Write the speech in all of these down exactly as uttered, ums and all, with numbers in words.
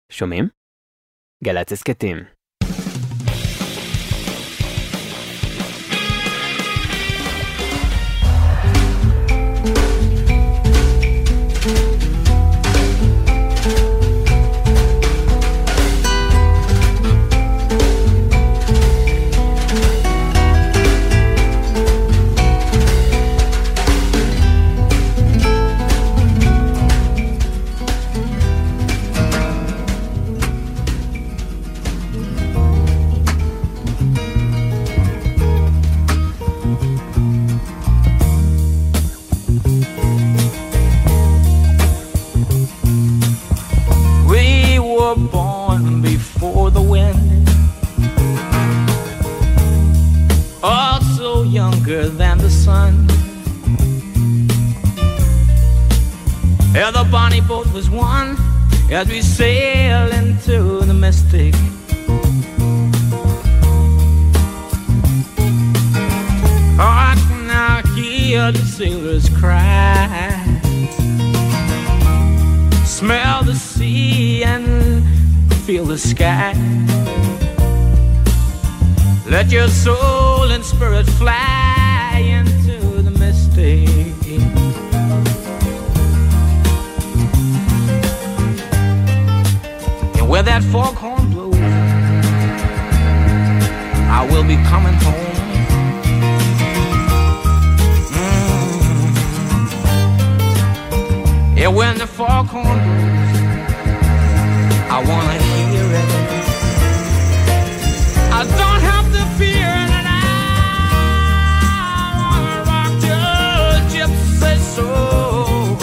שומעים? גל"צ הסכתים. Than the sun, yeah, the bonnie boat was one as we sail into the mystic. Oh, I can now hear the sailors cry, smell the sea and feel the sky. Let your soul and spirit fly into the mystic. And where that foghorn blows, I will be coming home. Mm. Yeah, when the foghorn blows, I wanna hear it. I don't have to fear it, and I wanna rock your gypsy soul,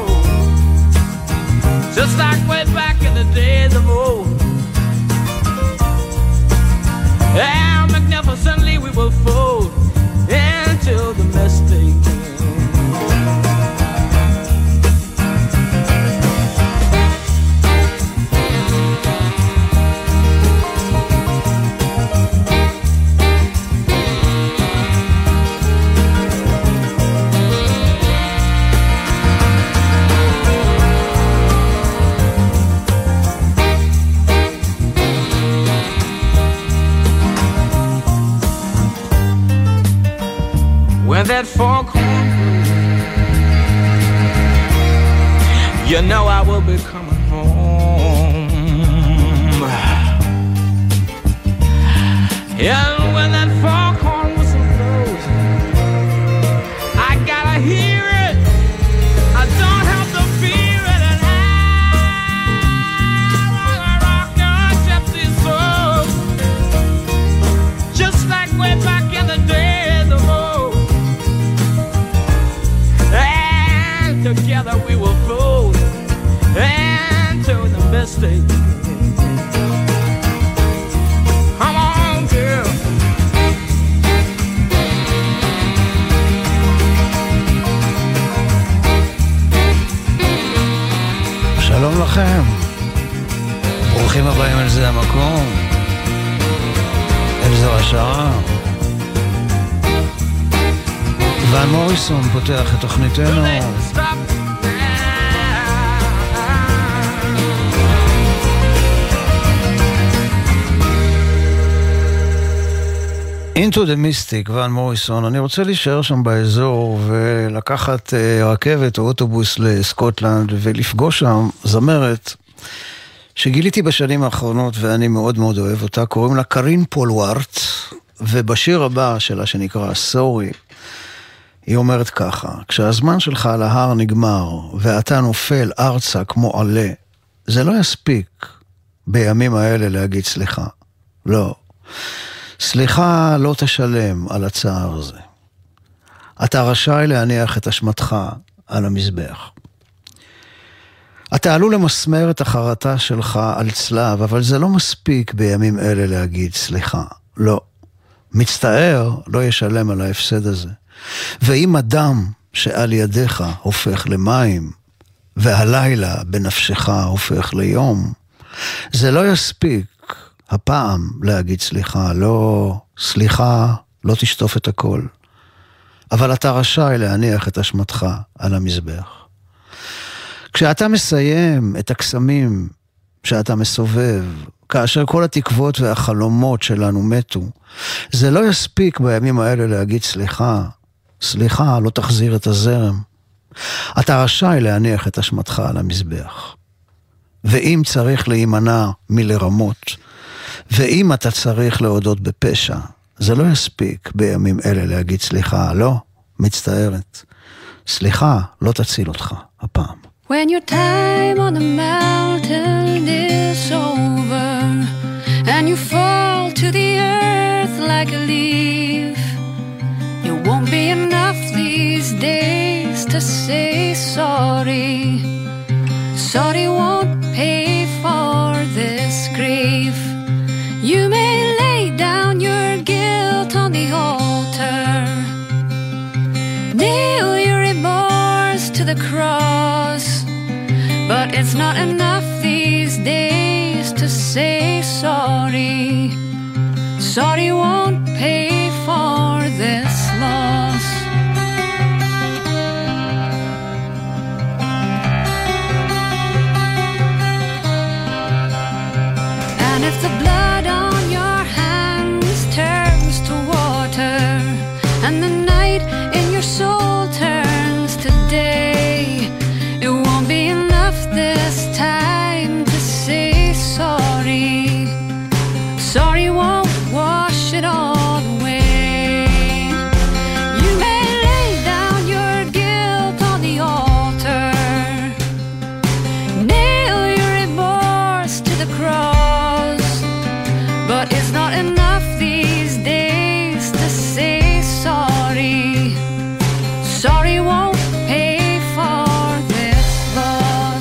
just like way back in the days of old. And magnificently we will fold into the mystic. When that foghorn blows, you know I will be coming home. And when that foghorn whistle blows, I gotta hear it. I don't have to fear it, and I wanna rock your gypsy soul, just like way back in the days of old. Together we will float into the mystic. Come on, girl. שלום לכם, ברוכים הבאים אל זה המקום, אל זו השעה. ון מוריסון פותח את תוכניתנו. Into the Mystic, ון מוריסון. אני רוצה להישאר שם באזור ולקחת רכבת או אוטובוס לסקוטלנד ולפגוש שם זמרת שגיליתי בשנים האחרונות ואני מאוד מאוד אוהב אותה. קוראים לה קרין פולווארט, ובשיר הבא שלה שנקרא סורי היא אומרת ככה: כשהזמן שלך על ההר נגמר ואתה נופל ארצה כמו עלה, זה לא יספיק בימים האלה להגיד סליחה. לא. סליחה לא תשלם על הצער הזה. אתה רשאי להניח את אשמתך על המזבח. אתה עלול למסמר את החרטה שלך על צלב, אבל זה לא מספיק בימים אלה להגיד סליחה. לא. מצטער לא ישלם על ההפסד הזה. ואם אדם שעל ידיך הופך למים, והלילה בנפשך הופך ליום, זה לא יספיק הפעם להגיד סליחה. לא, סליחה לא תשטוף את הכל. אבל אתה רשאי להניח את אשמתך על המזבח. כשאתה מסיים את הקסמים שאתה מסובב, כאשר כל התקוות והחלומות שלנו מתו, זה לא יספיק בימים האלה להגיד סליחה, סליחה, לא תחזיר את הזרם. אתה רשאי להניח את אשמתך על המזבח. ואם צריך להימנע מלרמות, ואם אתה צריך להודות בפשע, זה לא יספיק בימים אלה להגיד סליחה, לא, מצטערת. סליחה, לא תציל אותך הפעם. When your time on the mountain is over and you fall to the earth like a leaf, it won't be enough these days to say sorry. Sorry won't pay for this grief. You may lay down your guilt on the altar, nail your remorse to the cross, but it's not enough these days to say sorry. Sorry won't pay for this loss. And if the blood on your hands turns to water, and the night in your soul turns to day, it won't be enough this time to say sorry. Sorry won't wash it all away. You may lay down your guilt on the altar, nail your remorse to the cross, but it's not enough these days to say sorry. Sorry won't pay for this loss.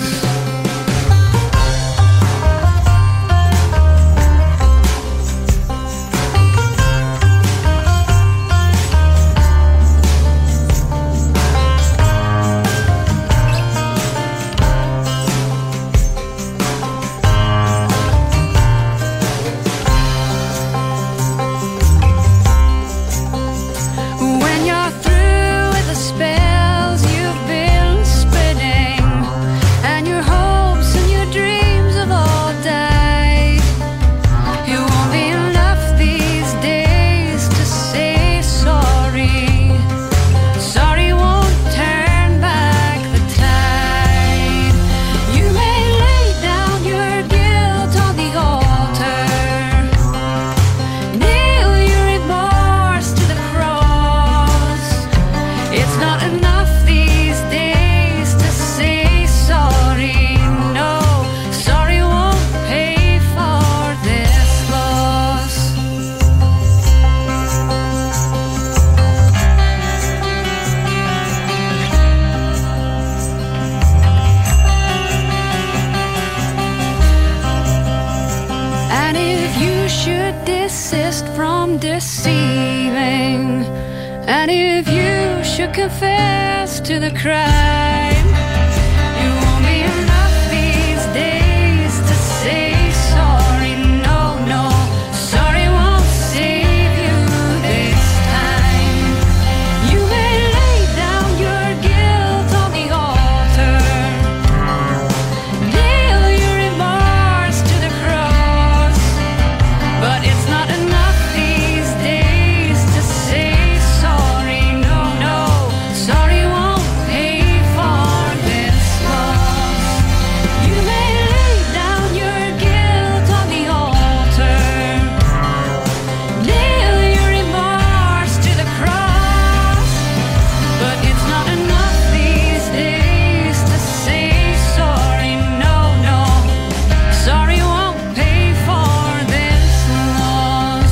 When you're through with the spells you've been spinning, and your hopes and your dreams have all died, it won't be enough these days to say sorry. Sorry won't turn back the tide. You may lay down your guilt on the altar, nail your remorse to the cross. It's not enough these days to say sorry. No, sorry won't pay for this loss. And if you should desist from deceiving, and if you should confess to the crime, it won't be enough these days to say sorry. No, no, sorry won't save you this time. You may lay down your guilt on the altar, nail your remorse to the cross, but it's not enough these days to say sorry. No, no, sorry won't pay for this loss. You may lay down your guilt on the altar, nail your remorse to the cross, but it's not enough these days to say sorry. No, no, sorry won't pay for this loss.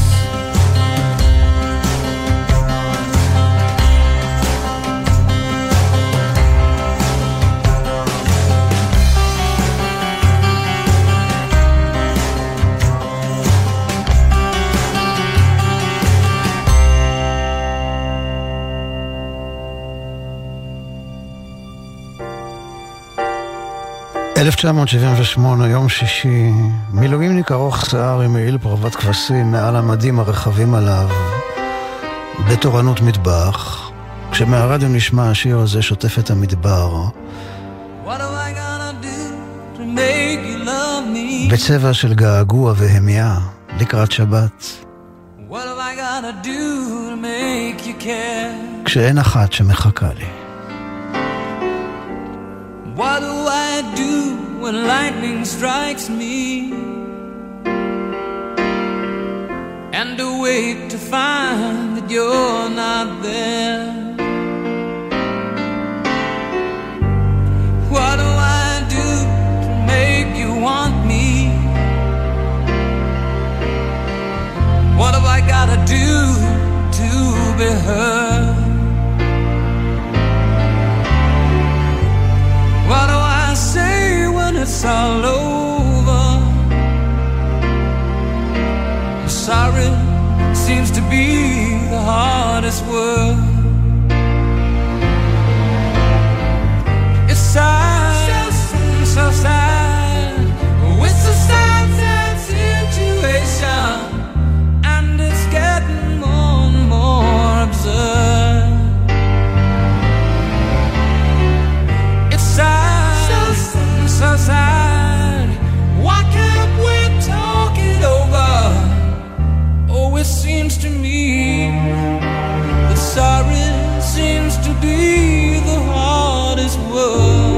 אלף תשע מאות שבעים ושמונה, יום שישי, מילואימניק ארוך שיער עם מעיל פרוות כבשים מעל המדים הרחבים עליו, בתורנות מטבח, כשמהרדיו נשמע השיר הזה שוטף את המדבר. What am I gonna do to make you love me? בצבע של געגוע והמיה לקראת שבת. What have I gotta do to make you care? כשאין אחת שמחכה לי. What do I do when lightning strikes me? And to wait to find that you're not there. What do I do to make you want me? What have I gotta do to be heard? What do I say when it's all over? Sorry seems to be the hardest word. It's sad, so sad. Oh, it's a sad, sad situation, and it's getting more and more absurd. It's sad, so sad. Why can't we talk it over? Oh, it seems to me that sorry seems to be the hardest word.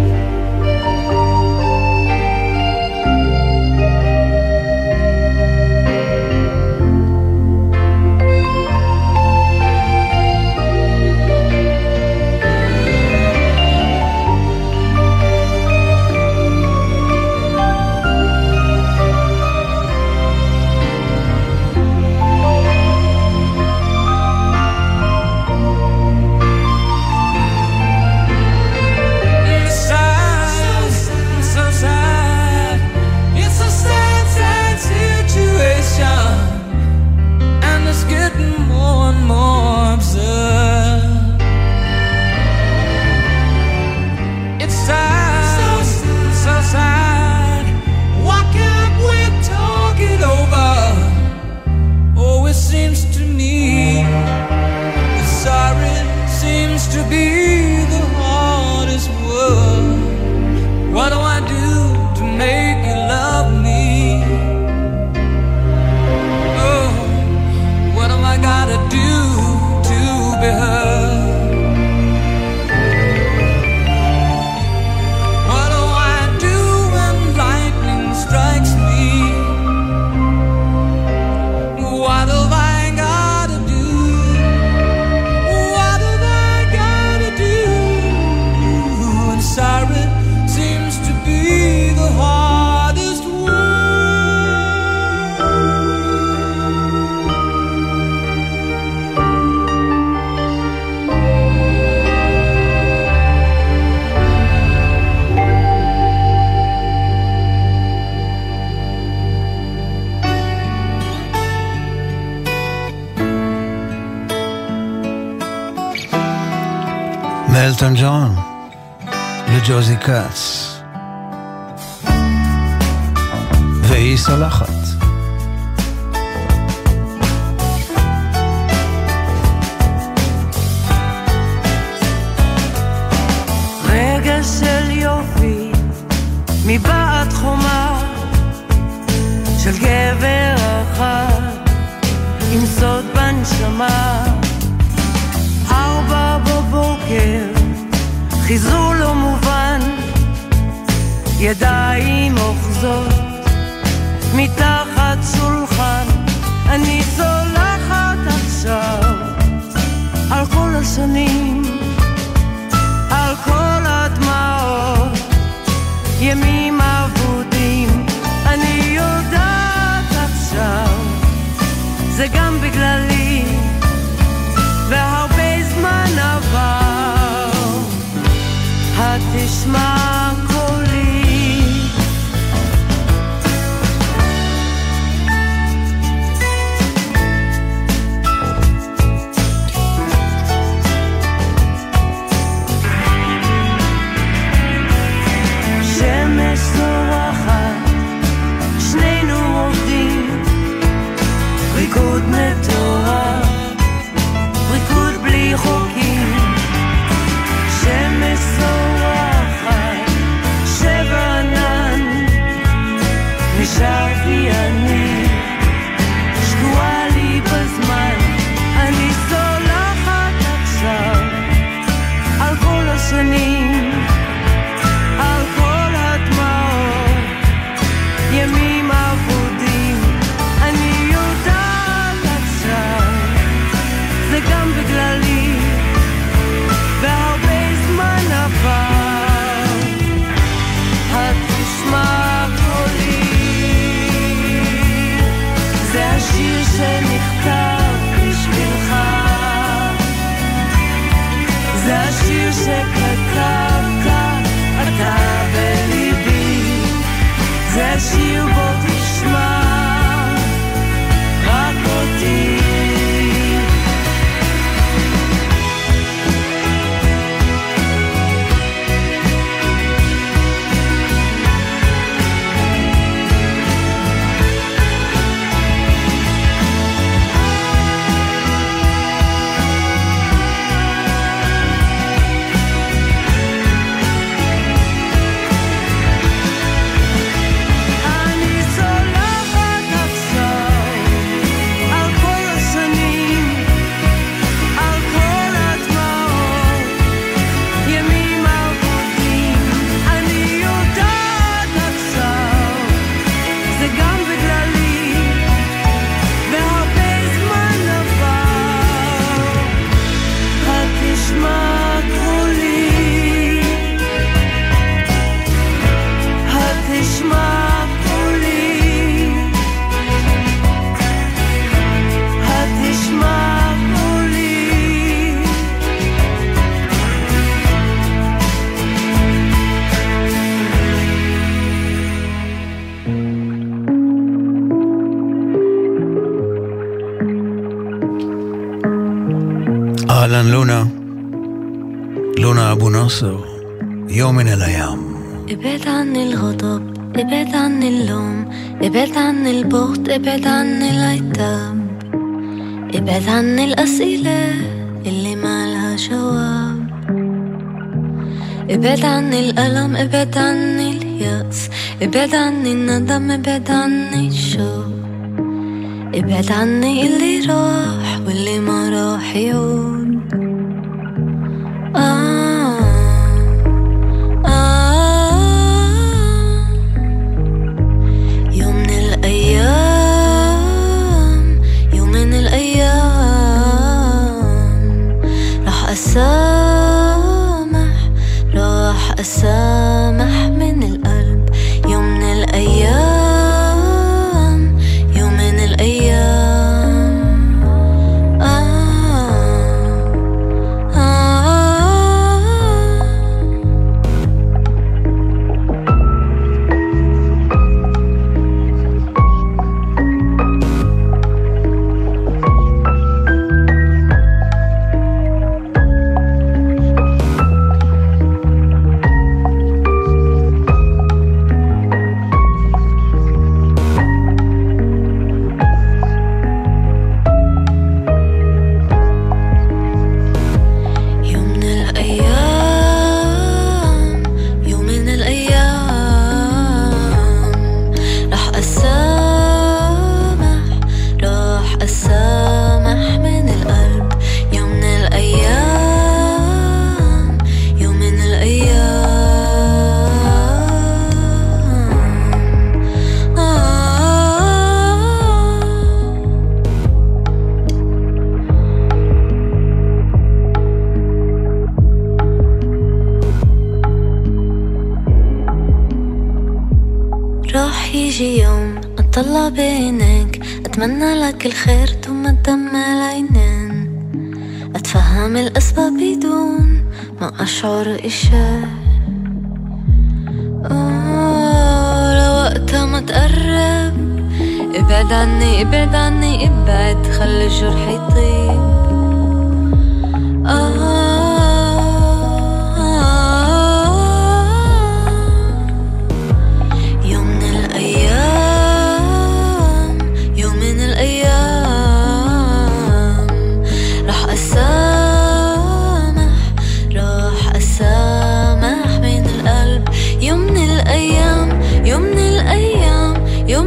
מאלטון ג'ון לג'וזי קאץ, והיא סולחת. רגע של יופי מבעד חומה של גבר אחד עם סוד בנשמה. ארבע בבוקר חיזור לא מובן, ידיים אוחזות מתחת שולחן. אני סולחת עכשיו על כל השנים, על כל הדמעות, ימים אבודים. אני יודעת עכשיו זה גם בגללי, והרבה זמן עבר. התשמע קולי, שמש זורחת, שנינו עובדים, ריקוד מטורף, בלי חוקים. שמש זורחת, נשארתי אני שקועה לי בזמן, אני סולחת עכשיו על כל השנים, על כל הדמעות, ימים אבודים. אני יודעת עכשיו זה גם בגללי, והרבה זמן עבר. את תשמע קולי, זה השיר שנכתב בשבילך, זה השיר שכתבת אתה בליבי, זה השיר בו תשמע רק אותי. אהלן לונה, לונה אבו נאסר, יום מן הים. ابعد عن الغضب، ابعد عن اللوم، ابعد عن البغض، ابعد عن العتاب، ابعد عن الأسئلة اللي ما لها جواب، ابعد عن الألم، ابعد عن اليأس، ابعد عن الندم، ابعد عن الشوق، ابعد عني اللي راح واللي ما راح يعود. آه آه يوم من الأيام، يوم من الأيام راح أسامح، راح أسامح من القلب. يوم من الأيام، يوم من الأيام. آه يجي يوم أطلع بينك، أتمنى لك الخير ثم تدمع العينين، أتفهم الأسباب بدون ما أشعر إشياء. لوقتها ما تقرب، ابعد عني ابعد عني ابعد، خلي الجرح يطيب. آه يوم من الأيام، يوم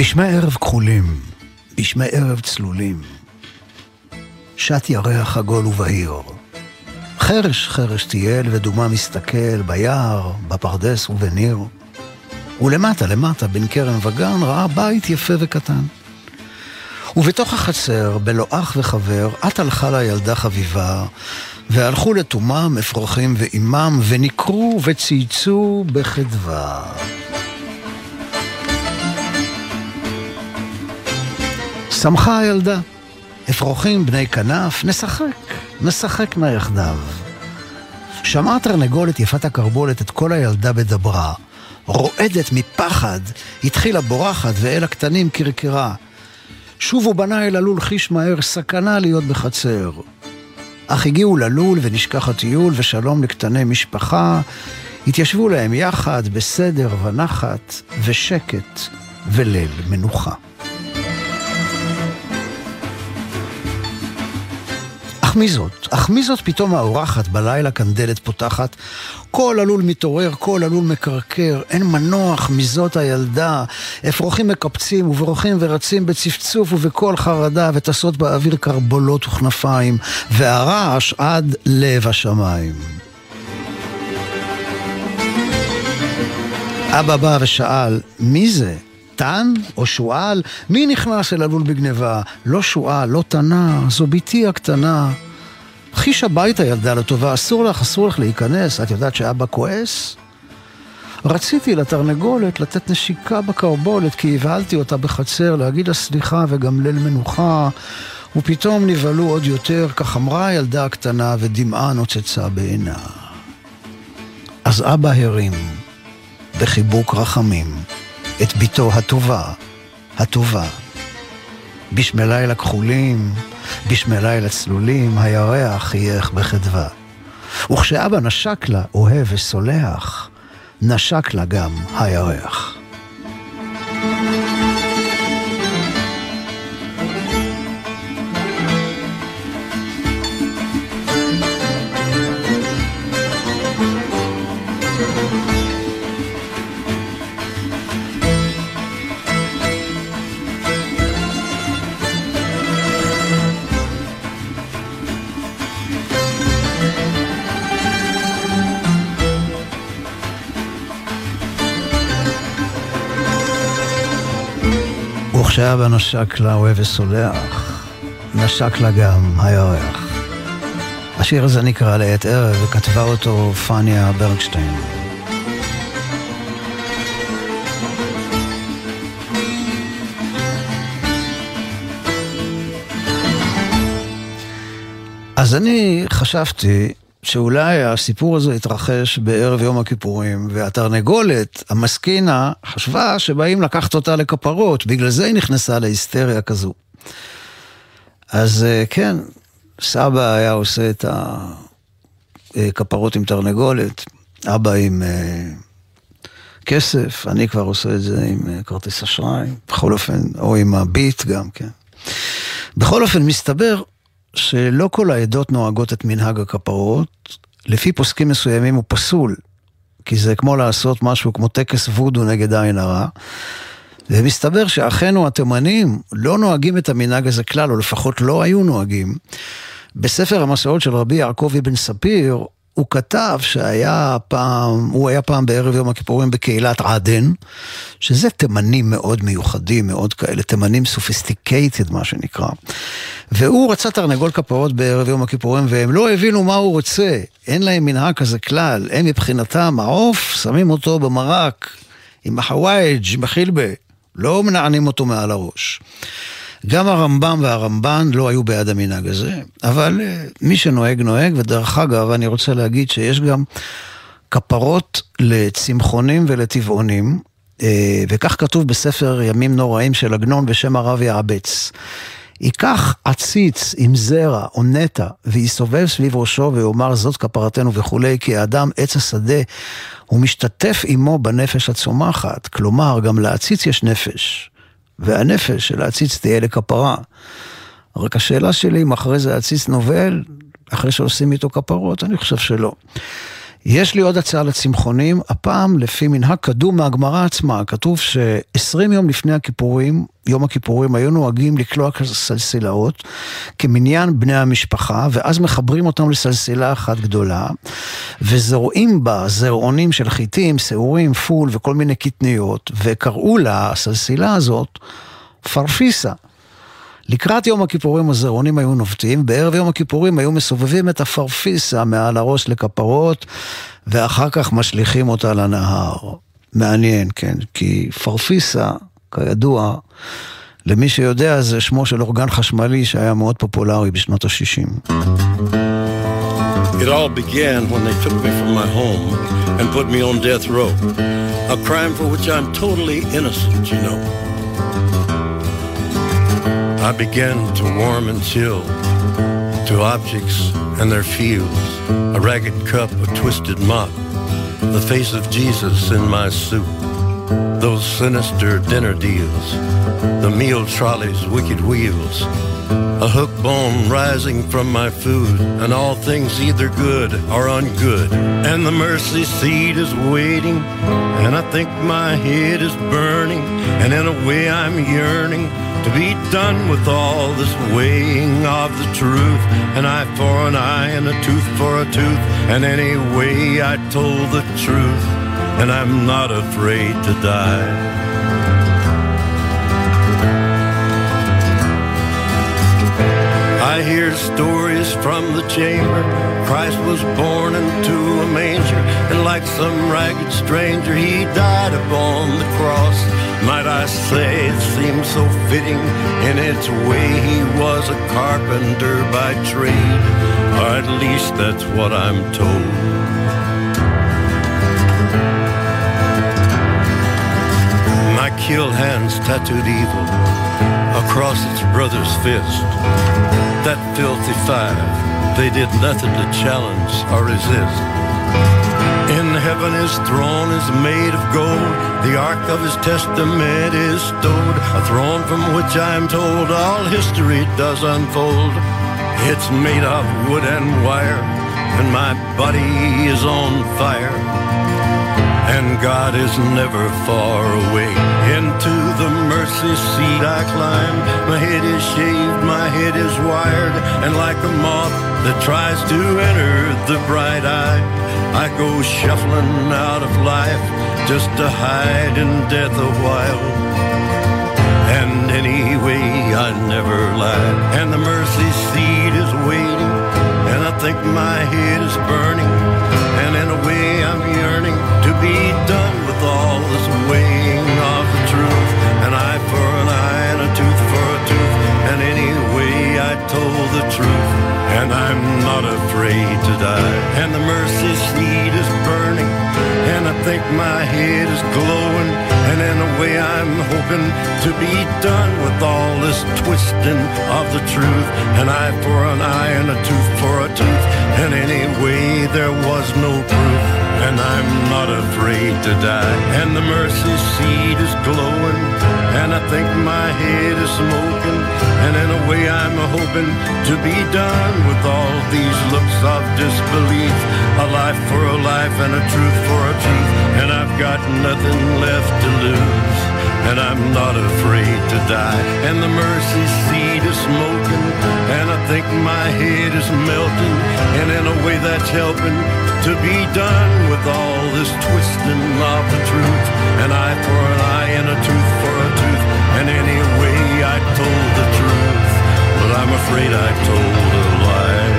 בשמי ערב כחולים, בשמי ערב צלולים, שט ירח עגול ובהיר, חרש חרש טייל ודומה מסתכל ביער, בפרדס ובניר, ולמטה למטה בין כרם וגן ראה בית יפה וקטן. ובתוך החצר, בלא אח וחבר, את הלכה לה ילדה חביבה, והלכו לתומם אפרוחים ואימם, ונקרו וצייצו בחדווה. שמחה הילדה, אפרוחים בני כנף, נשחק, נשחק נא יחדיו. שמעה תרנגולת יפת הקרבולת את כל הילדה בדברה, רועדת מפחד, התחילה בורחת ואל הקטנים קרקרה. שובו בנה אל הלול חיש מהר, סכנה להיות בחצר. אך הגיעו ללול ונשכח הטיול ושלום לקטני משפחה, התיישבו להם יחד בסדר ונחת ושקט וליל מנוחה. אך מי זאת? אך מי זאת פתאום האורחת בלילה קנדלת פותחת? כל הלול מתעורר, כל הלול מקרקר, אין מנוח מזאת הילדה. אפרוחים מקפצים וברוחים ורצים בצפצוף ובכל חרדה, וטסות באוויר קרבולות וכנפיים, והרעש עד לב השמיים. אבא בא ושאל, מי זה? תן או שואל? מי נכנס אל הלול בגניבה? לא שואל, לא תנה, זו ביתי הקטנה. חיש הביתה ילדה לטובה, אסור לך, אסור לך להיכנס, את יודעת שאבא כועס? רציתי לתרנגולת לתת נשיקה בקרבולת, כי הבהלתי אותה בחצר, להגיד לה סליחה וגם ליל מנוחה, ופתאום נבהלו עוד יותר, כך אמרה הילדה הקטנה ודמעה נוצצה בעינה. אז אבא הרים בחיבוק רחמים את ביתו הטובה, הטובה. בשמי לילה כחולים, בשמי לילה צלולים, הירח חייך בחדווה. וכשאבא נשק לה אוהב וסולח, נשק לה גם הירח. וכשאבא נשק לה אוהב וסולח, נשק לה גם הירח. השיר הזה נקרא לעת ערב, וכתבה אותו פניה ברגשטיין. אז אני חשבתי שאולי הסיפור הזה התרחש בערב יום הכיפורים, והתרנגולת, המסכינה, חשבה שבאים לקחת אותה לכפרות, בגלל זה היא נכנסה להיסטריה כזו. אז כן, סבא היה עושה את הכפרות עם תרנגולת, אבא עם כסף, אני כבר עושה את זה עם כרטיס אשראי, בכל אופן, או עם הביט גם, כן. בכל אופן, מסתבר שלא כל העדות נוהגות את מנהג הכפרות, לפי פוסקים מסוימים הוא פסול, כי זה כמו לעשות משהו כמו טקס וודו נגד עין הרע, ומסתבר שאחינו התימנים לא נוהגים את המנהג הזה כלל, או לפחות לא היו נוהגים. בספר המסעות של רבי יעקב אבן ספיר, הוא כתב שהיה פעם, הוא היה פעם בערב יום הכיפורים בקהילת עדן, שזה תימנים מאוד מיוחדים, מאוד כאלה, תימנים סופיסטיקייטד מה שנקרא. והוא רצה תרנגול כפרות בערב יום הכיפורים, והם לא הבינו מה הוא רוצה, אין להם מנהג כזה כלל, הם מבחינתם, העוף, שמים אותו במרק, עם החווייג', עם החילבה, לא מנענים אותו מעל הראש. גם הרמב"ם והרמב"ן לא היו בעד המנהג הזה, אבל מי שנוהג נוהג, ודרך אגב אני רוצה להגיד שיש גם כפרות לצמחונים ולטבעונים, וכך כתוב בספר ימים נוראים של עגנון בשם הרב יעבץ. ייקח עציץ עם זרע או נטע, ויסובב סביב ראשו ויאמר זאת כפרתנו וכולי, כי האדם עץ השדה, הוא משתתף עמו בנפש הצומחת, כלומר גם לעציץ יש נפש. והנפש של העציץ תהיה לכפרה. רק השאלה שלי, אם אחרי זה העציץ נובל, אחרי שעושים איתו כפרות, אני חושב שלא. יש לי עוד הצעה לצמחונים, הפעם לפי מנהג קדום מהגמרא עצמה, כתוב ש-עשרים יום לפני הכיפורים, יום הכיפורים, היו נוהגים לקלוע סלסילאות כמניין בני המשפחה, ואז מחברים אותם לסלסילה אחת גדולה, וזרועים בה זרעונים של חיטים, שעורים, פול וכל מיני קטניות, וקראו לה, הסלסילה הזאת, פרפיסה. לקראת יום הכיפורים הזרעונים היו נובטים, בערב יום הכיפורים היו מסובבים את הפרפיסה מעל הראש לכפרות, ואחר כך משליכים אותה לנהר. מעניין, כן, כי פרפיסה, כידוע, למי שיודע, זה שמו של אורגן חשמלי שהיה מאוד פופולרי בשנות ה-שישים. It all began when they took me from my home and put me on death row. A crime for which I'm totally innocent, you know. I began to warm and chill to objects and their fields, a ragged cup, a twisted mop, the face of Jesus in my soup, those sinister dinner deals, the meal trolley's wicked wheels, a hook bone rising from my food, and all things either good or ungood. And the mercy seat is waiting, and I think my head is burning, and in a way I'm yearning to be done with all this weighing of the truth. An eye for an eye and a tooth for a tooth, and anyway I told the truth, and I'm not afraid to die. I hear stories from the chamber. Christ was born into a manger, and like some ragged stranger he died upon the cross. Might I say it seems so fitting in its way, he was a carpenter by trade, or at least that's what I'm told. My kill hands tattooed evil across its brother's fist. That filthy five, they did nothing to challenge or resist. In heaven his throne is made of gold, the ark of his testament is stowed, a throne from which I'm told all history does unfold. It's made of wood and wire, and my body is on fire, and God is never far away. Into the mercy seat I climb, my head is shaved, my head is wired, and like a moth that tries to enter the bright eye, I go shuffling out of life just to hide in death a while. And anyway I never lied, and the mercy seat is waiting, and I think my head is burning, and in a way I'm yearning to be done with all this weighing of the truth. An eye for an eye and a tooth for a tooth, and anyway I told the truth, and I'm not afraid to die. And the mercy seat is burning, and I think my head is glowing, and in a way I'm hoping to be done with all this twisting of the truth. An eye for an eye and a tooth for a tooth, and anyway there was no proof, and I'm not afraid to die. And the mercy seat is glowing, and I think my head is smoking, and in a way I'm hoping to be done with all these looks of disbelief. A life for a life and a truth for a truth, and I've got nothing left to lose, and I'm not afraid to die. And the mercy seat is smoking, and I think my head is melting, and in a way that's helping to be done with all this twisting of the truth. An eye for an eye and a tooth for a tooth, and anyway I told the truth, but I'm afraid I told a lie.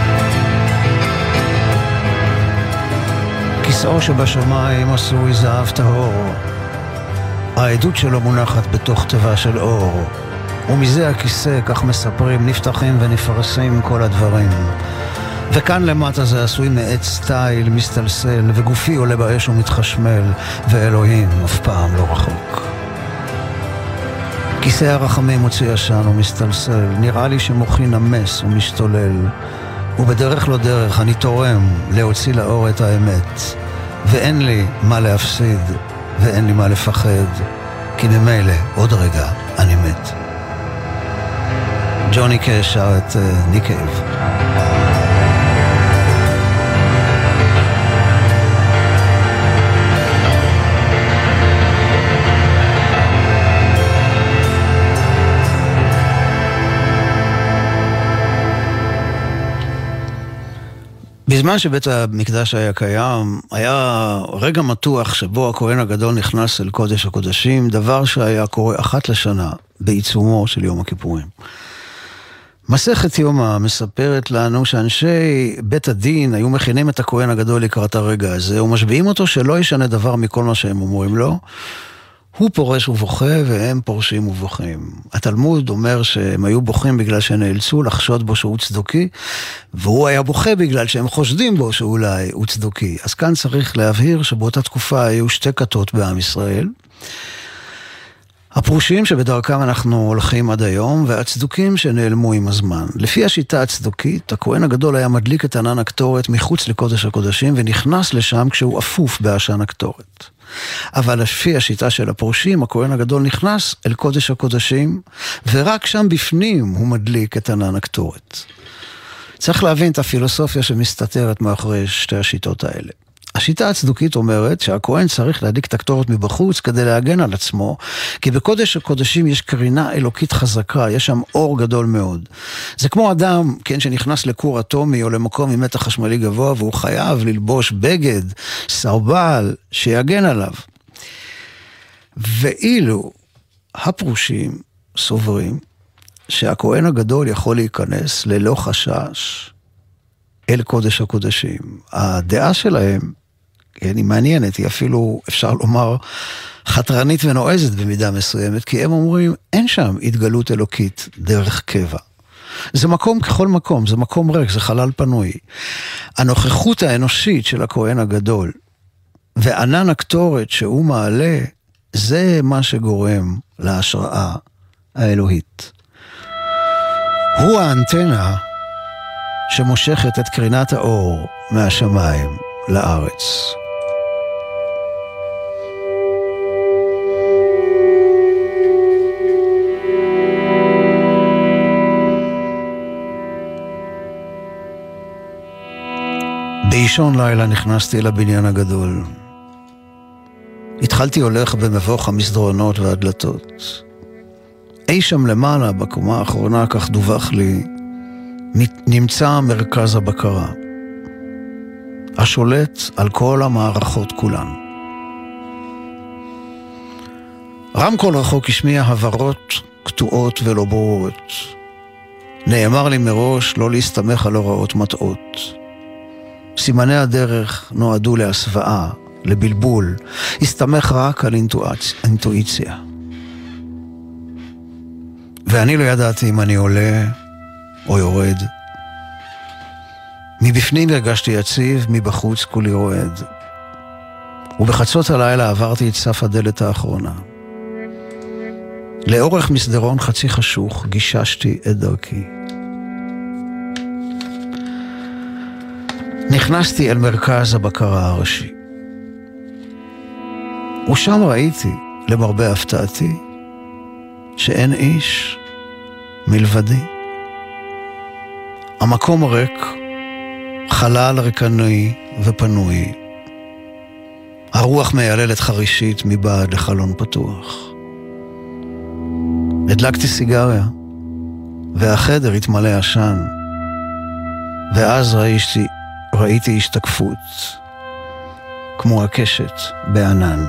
כיסאו שבשמיים עשוי זהב טהור, העדות שלו מונחת בתוך טבע של אור, ומזה הכיסא, כך מספרים, נפתחים ונפרסים כל הדברים. וכאן למטה זה עשוי מעץ סטייל, מסתלסל, וגופי עולה באש ומתחשמל, ואלוהים אף פעם לא רחוק. כיסא הרחמים מוציא ישן ומסתלסל, נראה לי שמוחי נמס ומשתולל, ובדרך לא דרך אני תורם להוציא לאור את האמת, ואין לי מה להפסיד, ואין לי מה לפחד, כי ממילא עוד רגע אני מת. ג'וני קאש שר את ניק קייב. בזמן שבית המקדש היה קיים, היה רגע מתוח שבו הכהן הגדול נכנס אל קודש הקודשים, דבר שהיה קורה אחת לשנה בעיצומו של יום הכיפורים. מסכת יומא מספרת לנו שאנשי בית הדין היו מכינים את הכהן הגדול לקראת הרגע הזה, ומשביעים אותו שלא ישנה דבר מכל מה שהם אומרים לו. הוא פורש ובוכה והם פורשים ובוכים. התלמוד אומר שהם היו בוכים בגלל שנאלצו לחשוד בו שהוא צדוקי, והוא היה בוכה בגלל שהם חושדים בו שאולי הוא צדוקי. אז כאן צריך להבהיר שבאותה תקופה היו שתי כתות בעם ישראל. הפרושים שבדרכם אנחנו הולכים עד היום, והצדוקים שנעלמו עם הזמן. לפי השיטה הצדוקית, הכהן הגדול היה מדליק את ענן הקטורת מחוץ לקודש הקודשים, ונכנס לשם כשהוא אפוף בעשן הקטורת. אבל לפי השיטה של הפרושים, הכהן הגדול נכנס אל קודש הקודשים, ורק שם בפנים הוא מדליק את ענן הקטורת. צריך להבין את הפילוסופיה שמסתתרת מאחורי שתי השיטות האלה. השיטה הצדוקית אומרת שהכהן צריך להדליק את הקטורת מבחוץ כדי להגן על עצמו, כי בקודש הקודשים יש קרינה אלוקית חזקה, יש שם אור גדול מאוד. זה כמו אדם, כן, שנכנס לכור אטומי או למקום עם מתח חשמלי גבוה, והוא חייב ללבוש בגד, סרבל, שיגן עליו. ואילו הפרושים סוברים שהכהן הגדול יכול להיכנס ללא חשש אל קודש הקודשים. הדעה שלהם, כן, היא מעניינת, היא אפילו, אפשר לומר, חתרנית ונועזת במידה מסוימת, כי הם אומרים, אין שם התגלות אלוקית דרך קבע. זה מקום ככל מקום, זה מקום ריק, זה חלל פנוי. הנוכחות האנושית של הכהן הגדול, וענן הקטורת שהוא מעלה, זה מה שגורם להשראה האלוהית. הוא האנטנה שמושכת את קרינת האור מהשמיים לארץ. באישון לילה נכנסתי לבניין הגדול. התחלתי הולך במבוך המסדרונות והדלתות. אי שם למעלה, בקומה האחרונה, כך דווח לי, נמצא מרכז הבקרה, השולט על כל המערכות כולן. רמקול רחוק השמיע הברות קטועות ולא ברורות. נאמר לי מראש לא להסתמך על הוראות מטעות. סימני הדרך נועדו להסוואה, לבלבול, הסתמך רק על אינטואיציה. ואני לא ידעתי אם אני עולה או יורד. מבפנים הרגשתי יציב, מבחוץ כולי רועד. ובחצות הלילה עברתי את סף הדלת האחרונה. לאורך מסדרון חצי חשוך גיששתי את דרכי. נכנסתי אל מרכז הבקרה הראשי. ושם ראיתי, למרבה הפתעתי, שאין איש מלבדי. המקום ריק, חלל ריקני ופנוי. הרוח מייללת חרישית מבעד לחלון פתוח. הדלקתי סיגריה, והחדר התמלא עשן, ואז ראיתי, ראיתי השתקפות, כמו הקשת בענן.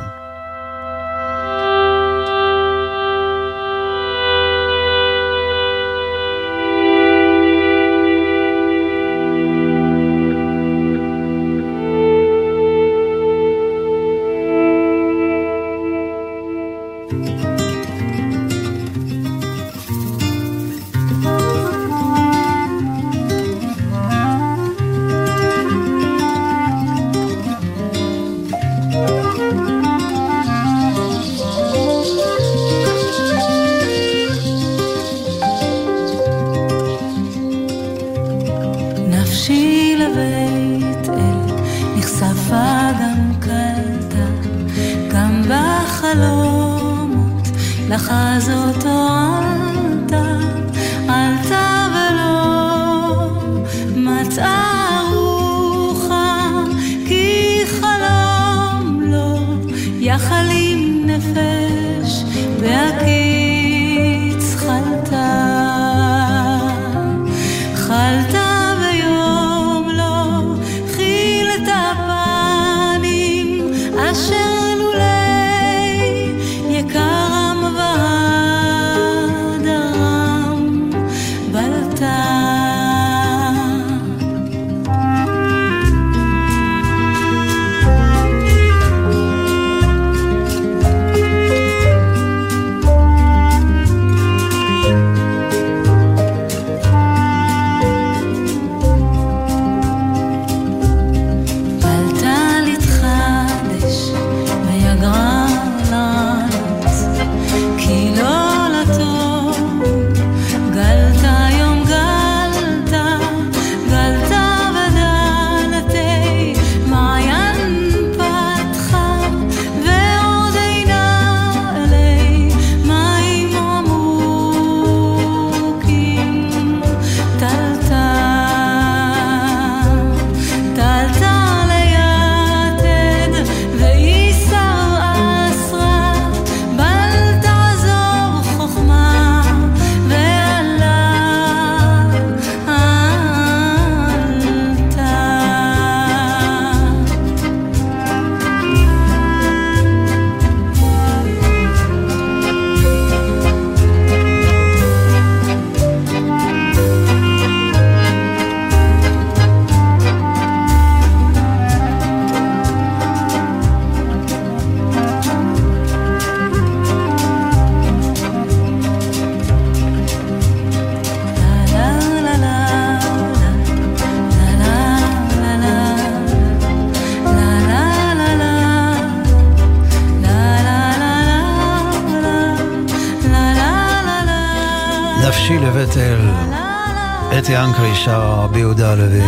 בבית-אל, אתי אנקרי שר ביהודה הלוי.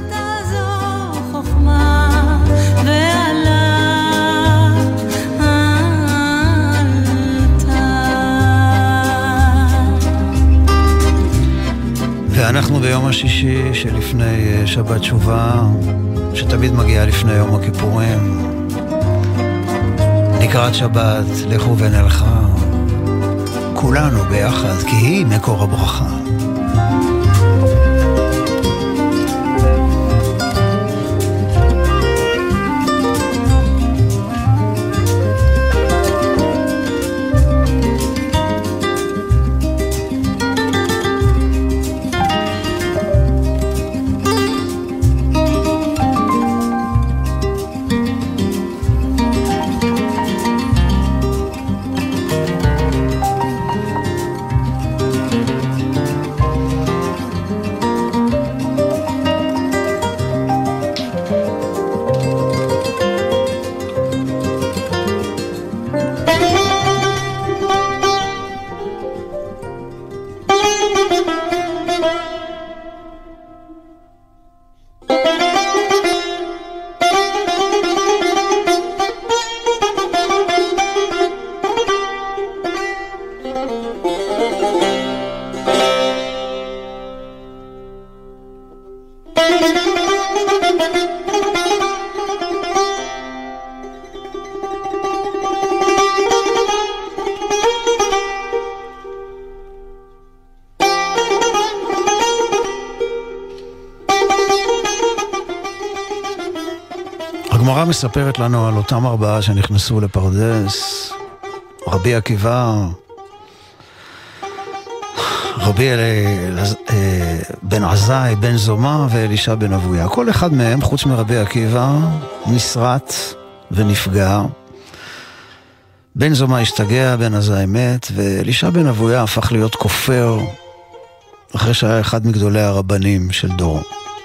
ואנחנו ביום השישי שלפני שבת תשובה, שתמיד מגיעה לפני יום הכיפורים. לקראת שבת, לכו ונלכה, כולנו ביחד, כי היא מקור הברכה. הגמרא מספרת לנו על אותם ארבעה שנכנסו לפרדס, רבי עקיבא, רבי בן עזאי, בן זומא ואלישע בן אבויה. כל אחד מהם, חוץ מרבי עקיבא, נסרט ונפגע. בן זומא השתגע, בן עזאי מת, ואלישע בן אבויה הפך להיות כופר, אחרי שהיה אחד מגדולי הרבנים של דורו.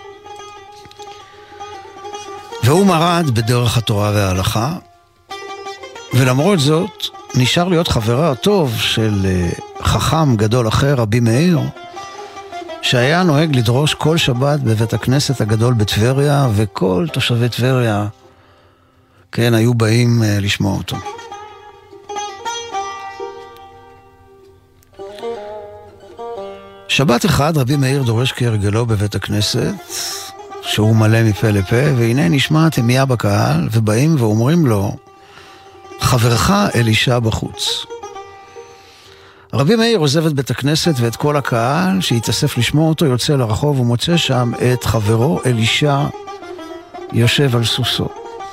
והוא מרד בדרך התורה וההלכה, ולמרות זאת נשאר להיות חברה הטוב של חכם גדול אחר, רבי מאיר, שהיה נוהג לדרוש כל שבת בבית הכנסת הגדול בטבריה, וכל תושבי טבריה, כן, היו באים לשמוע אותו. שבת אחד רבי מאיר דורש כהרגלו בבית הכנסת, שהוא מלא מפה לפה, והנה נשמעת אמיה בקהל, ובאים ואומרים לו, חברך אלישע בחוץ. רבי מאיר עוזב את בית הכנסת ואת כל הקהל שהתאסף לשמוע אותו, יוצא לרחוב ומוצא שם את חברו אלישע יושב על סוסו.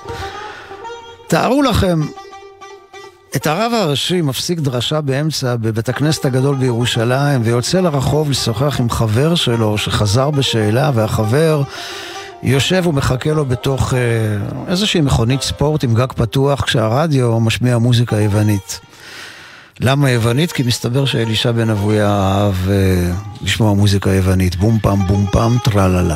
תארו לכם, את הרב הראשי מפסיק דרשה באמצע בבית הכנסת הגדול בירושלים, ויוצא לרחוב לשוחח עם חבר שלו שחזר בשאלה, והחבר יושב ומחכה לו בתוך איזושהי מכונית ספורט עם גג פתוח, כשהרדיו משמיע מוזיקה יוונית. למה יוונית? כי מסתבר שאלישע בן אבויה אהב לשמוע מוזיקה יוונית, בום פם בום פם טרללה.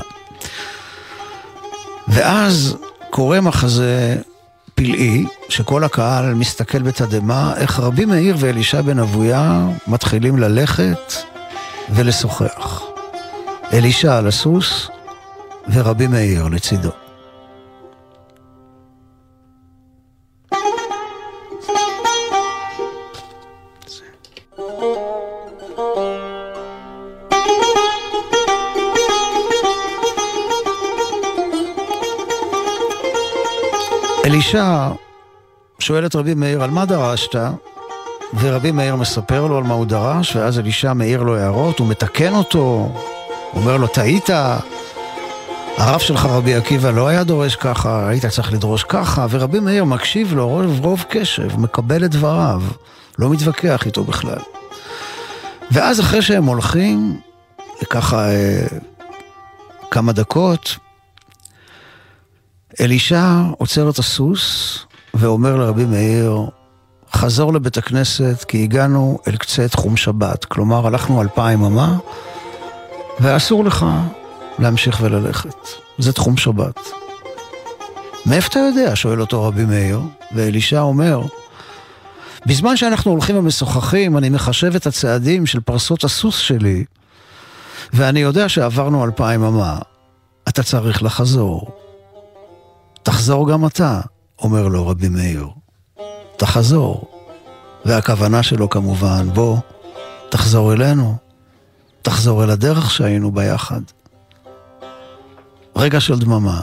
ואז קורה מחזה פלאי, שכל הקהל מסתכל בתדמה, איך רבי מאיר ואלישע בן אבויה מתחילים ללכת ולשוחח. אלישע על הסוס ורבי מאיר לצידו. אלישע שואל את רבי מאיר על מה דרשת, ורבי מאיר מספר לו על מה הוא דרש, ואז אלישע מאיר לו הערות, הוא מתקן אותו, אומר לו, טעית, הרב שלך רבי עקיבא לא היה דורש ככה, היית צריך לדרוש ככה, ורבי מאיר מקשיב לו רוב, רוב קשב, מקבל את דבריו, לא מתווכח איתו בכלל. ואז אחרי שהם הולכים, ככה אה, כמה דקות, אלישע עוצר את הסוס ואומר לרבי מאיר, חזור לבית הכנסת כי הגענו אל קצה תחום שבת, כלומר הלכנו אלפיים אמה ואסור לך להמשיך וללכת, זה תחום שבת. מאיפה אתה יודע? שואל אותו רבי מאיר, ואלישע אומר, בזמן שאנחנו הולכים ומשוחחים אני מחשב את הצעדים של פרסות הסוס שלי ואני יודע שעברנו אלפיים אמה. אתה צריך לחזור. תחזור גם אתה, אומר לו רבי מאיר. תחזור. והכוונה שלו כמובן, בוא, תחזור אלינו. תחזור אל הדרך שהיינו ביחד. רגע של דממה.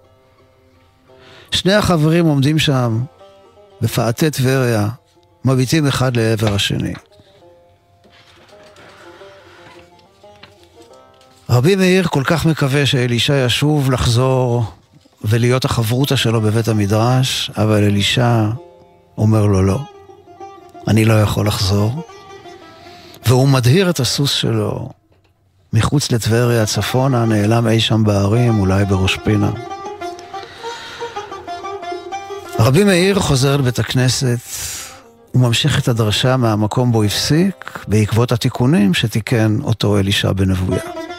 שני החברים עומדים שם, בפאתי טבריה, מביטים אחד לעבר השני. רבי מאיר כל כך מקווה שאלישע ישוב לחזור ולהיות החברותה שלו בבית המדרש, אבל אלישע אומר לו לא, אני לא יכול לחזור. והוא מדהיר את הסוס שלו מחוץ לטבריה, צפונה, נעלם אי שם בערים, אולי בראש פינה. רבי מאיר חוזר לבית הכנסת, הוא ממשיך את הדרשה מהמקום בו הפסיק, בעקבות התיקונים שתיקן אותו אלישע בן אבויה.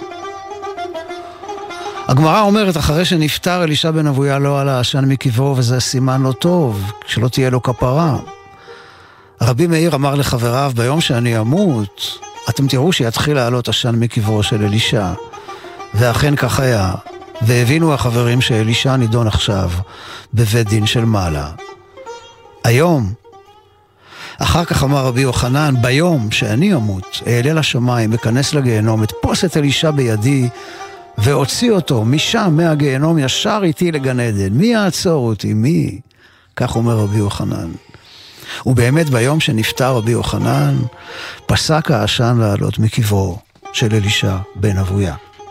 הגמרא אומרת, אחרי שנפטר אלישע בן אבויה לא עלה עשן מקברו, וזה סימן לא טוב, שלא תהיה לו כפרה. רבי מאיר אמר לחבריו, ביום שאני אמות, אתם תראו שיתחיל לעלות עשן מקברו של אלישע. ואכן כך היה, והבינו החברים שאלישע נידון עכשיו בבית דין של מעלה. היום, אחר כך אמר רבי יוחנן, ביום שאני אמות, אעלה לשמיים, אכנס לגיהנום, אתפוס את אלישע בידי, והוציא אותו משם, מהגיהנום, ישר איתי לגן עדן. מי יעצור אותי? מי? כך אומר רבי יוחנן. ובאמת ביום שנפטר רבי יוחנן, פסק העשן לעלות מקברו של אלישע בן אבויה.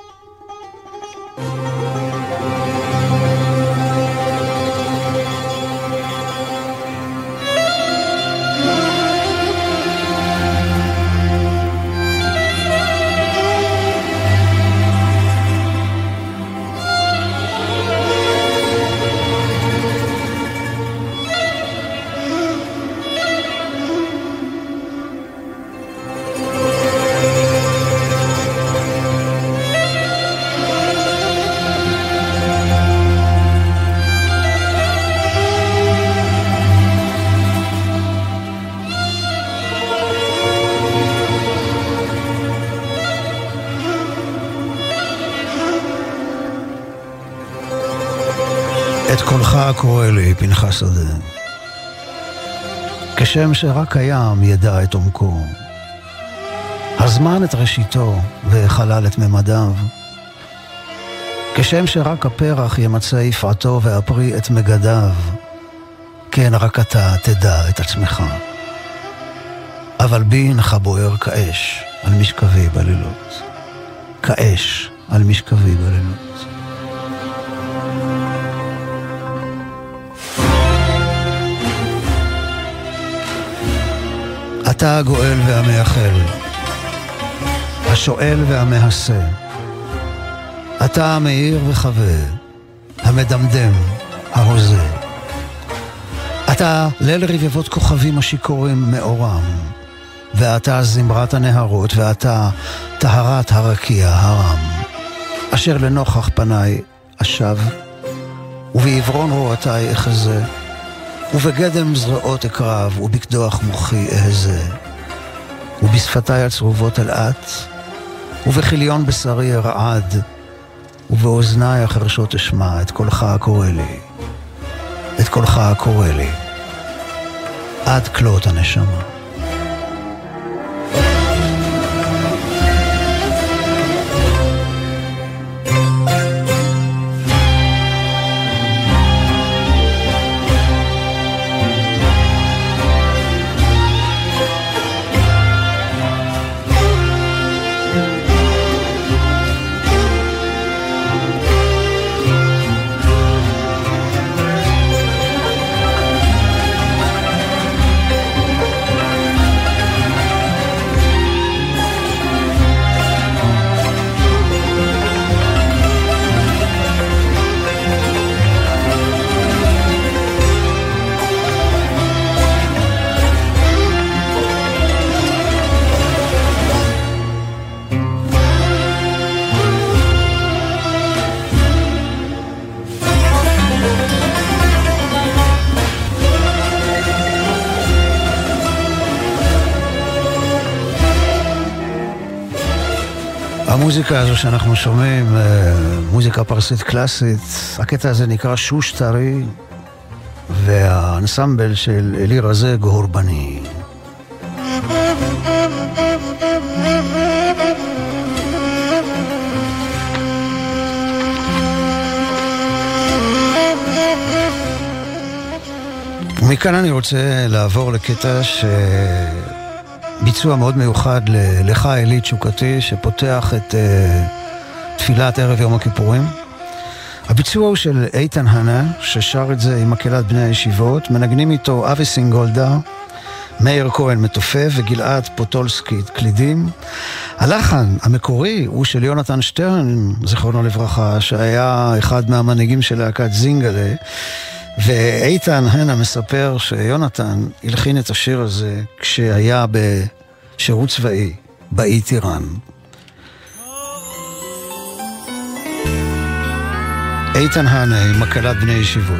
את קולך הקורא לי, פנחס שדה, כשם שרק הים ידע את עומקו, הזמן את ראשיתו והחלל את ממדיו, כשם שרק הפרח ימצא יפעתו והפרי את מגדיו, כן רק אתה תדע את עצמך. אבל בי נך בוער כאש על משכבי בלילות, כאש על משכבי בלילות. אתה הגואל והמייחל, השואל והמהסה. אתה המאיר וחווה, המדמדם, ההוזה. אתה ליל רבבות כוכבים השיכורים מאורם, ואתה זמרת הנהרות, ואתה טהרת הרקיע הרם, אשר לנוכח פניי אשב, ובעברון רועתי אחזה, ובגדם זרועות אקרב, ובקדוח מוחי אהזה, ובשפתי הצרובות אלעט, ובחיליון בשרי הרעד, ובאוזני החרשות אשמע את קולך הקורא לי, את קולך הקורא לי, עד כלות הנשמה. המוזיקה הזו שאנחנו שומעים, מוזיקה פרסית קלאסית, הקטע הזה נקרא שוש טרי, והאנסמבל של אלי רזה גהורבני. ומכאן אני רוצה לעבור לקטע שביצוע מאוד מיוחד לך אלי תשוקתי, שפותח את uh, תפילת ערב יום הכיפורים. הביצוע הוא של איתן הנה, ששר את זה עם מקהלת בני הישיבות, מנגנים איתו אבי סינגולדה, מאיר כהן מתופף וגלעד פוטולסקי קלידים. הלחן המקורי הוא של יונתן שטרן, זכרונו לברכה, שהיה אחד מהמנהיגים של להקת זינגלה, ואיתן הנה מספר שיונתן הלחין את השיר הזה כשהיה בשירות צבאי באי טיראן. איתן הנה עם מקהלת בני ישיבות.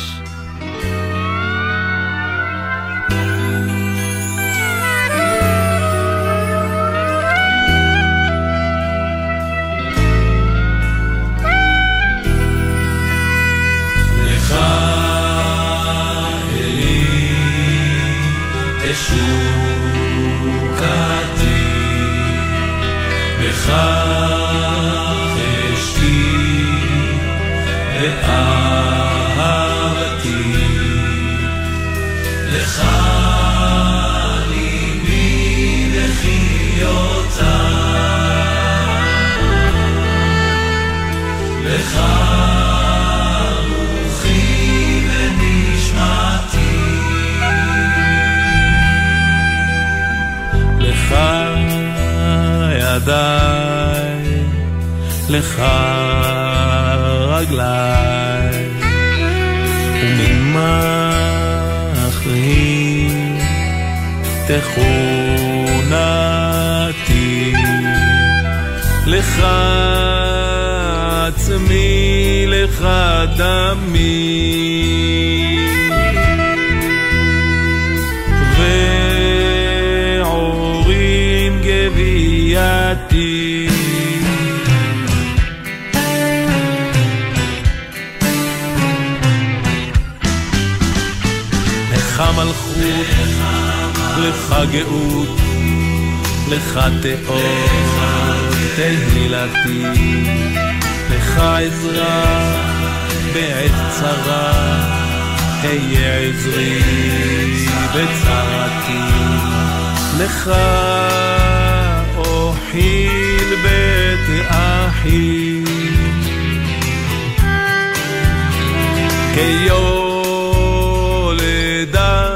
לך רגלי וממחי תכונתי, לך עצמי, לך דמי ועורין גווייתי, לך מלכות, לך גאות, לך תאור תהילתי, לך עזרה בעת צרה, היה עזרי בצרתי, לך אוחיל בית אחי, כיולדה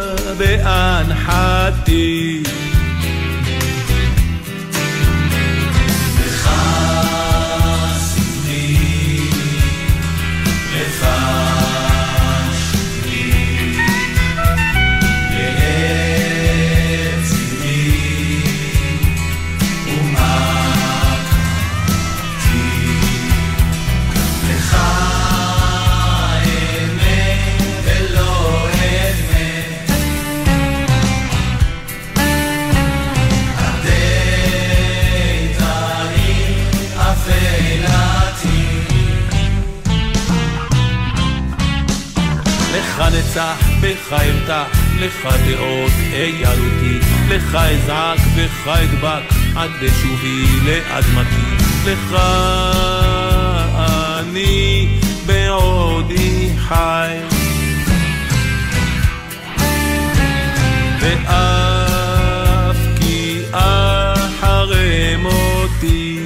באנחתי, נצח בך אמתח, לך דעות איירותי, לך אזעק בך אדבק עד בשובי לאדמתי, לך אני בעודי חי ואף כי אחרם אותי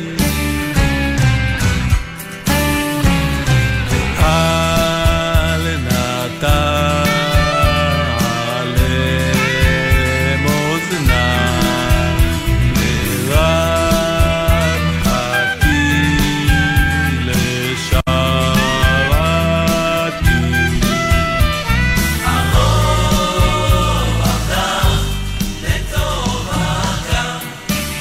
Oh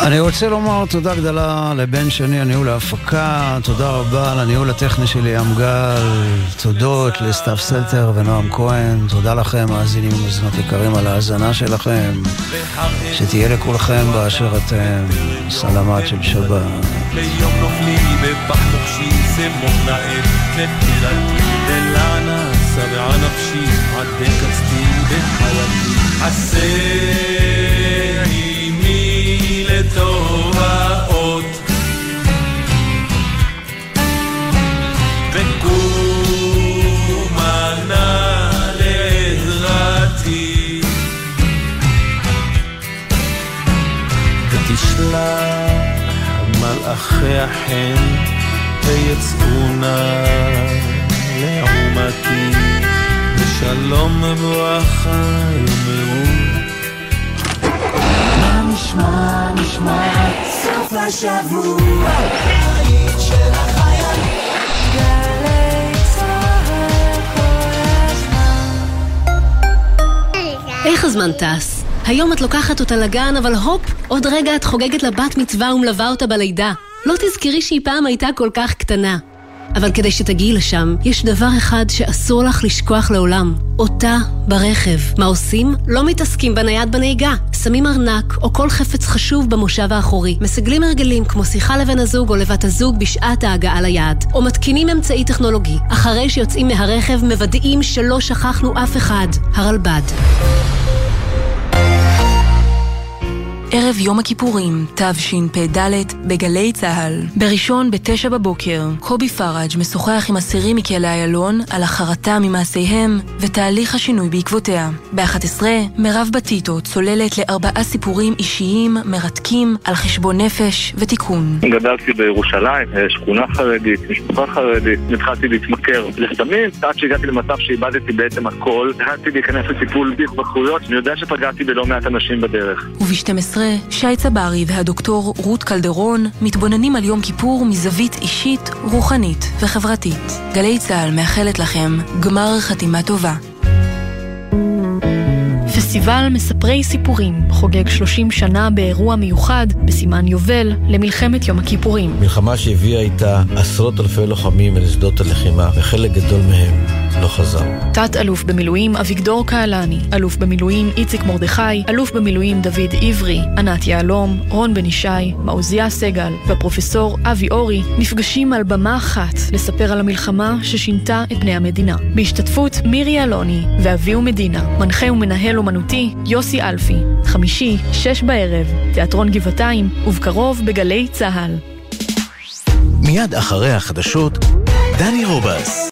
אני רוצה לומר תודה גדולה לבן שני, הניהול ההפקה, תודה רבה לניהול הטכני שלי ים גל, תודות לסטף סלטר ונועם כהן, תודה לכם מאזינים ומאזינות יקרים על ההאזנה שלכם, שתהיה לכולכם באשר אתם, סלמת של שבת. ביום נופלי בפח מוקשי סמוך נעת נתילתי דלנה סבעה נפשי עדן קצתי בחייתי עשי מי לטוב האות וקומנה לעזרתי ותשלח מלאכי החן ויצאונה לעומתי ושלום וברכה יאמרו מה נשמע נשמע סוף השבוע היית של החייל גלי צהל כל הזמן. איך הזמן טס? היום את לוקחת אותה לגן, אבל הופ, עוד רגע את חוגגת לבת מצווה ומלווה אותה בלידה. לא תזכרי שהיא פעם הייתה כל כך קטנה. אבל כדי שתגיעי לשם, יש דבר אחד שאסור לך לשכוח לעולם. אותה ברכב. מה עושים? לא מתעסקים בנייד בנהיגה. שמים ארנק או כל חפץ חשוב במושב האחורי. מסגלים הרגלים כמו שיחה לבן הזוג או לבת הזוג בשעת ההגעה ליעד. או מתקינים אמצעי טכנולוגי. אחרי שיוצאים מהרכב מוודאים שלא שכחנו אף אחד. הרלב"ד. ערב יום הכיפורים, תשפ"ד, בגלי צהל. בראשון בתשע בבוקר, קובי פרג' משוחח עם אסירים מכלא איילון על החרטה ממעשיהם ותהליך השינוי בעקבותיה. ב-אחת עשרה, מירב בתיתו צוללת לארבעה סיפורים אישיים מרתקים על חשבון נפש ותיקון. גדלתי בירושלים, שכונה חרדית, משפחה חרדית, התחלתי להתמכר לסמים, עד שהגעתי למצב שאיבדתי בעצם הכל, התחלתי להיכנס לטיפול בהתמכרויות, אני יודע שפגעתי בלא מעט אנשים בדרך. וב-שתים עשרה, שי צברי והדוקטור רות קלדרון מתבוננים על יום כיפור מזווית אישית, רוחנית וחברתית. גלי צהל מאחלת לכם גמר חתימה טובה. פסטיבל מספרי סיפורים חוגג שלושים שנה באירוע מיוחד בסימן יובל למלחמת יום הכיפורים. מלחמה שהביאה איתה עשרות אלפי לוחמים אל שדות הלחימה, וחלק גדול מהם לא חזר. תת אלוף במילואים אביגדור קהלני, אלוף במילואים איציק מרדכי, אלוף במילואים דוד עברי, ענת יעלום, רון בן ישי, מעוזיה סגל והפרופסור אבי אורי נפגשים על במה אחת לספר על המלחמה ששינתה את פני המדינה. בהשתתפות מירי אלוני ואביהו מדינה, מנחה ומנהל אומנותי יוסי אלפי. חמישי, שש בערב, תיאטרון גבעתיים, ובקרוב בגלי צהל. מיד אחרי החדשות, דני רובס.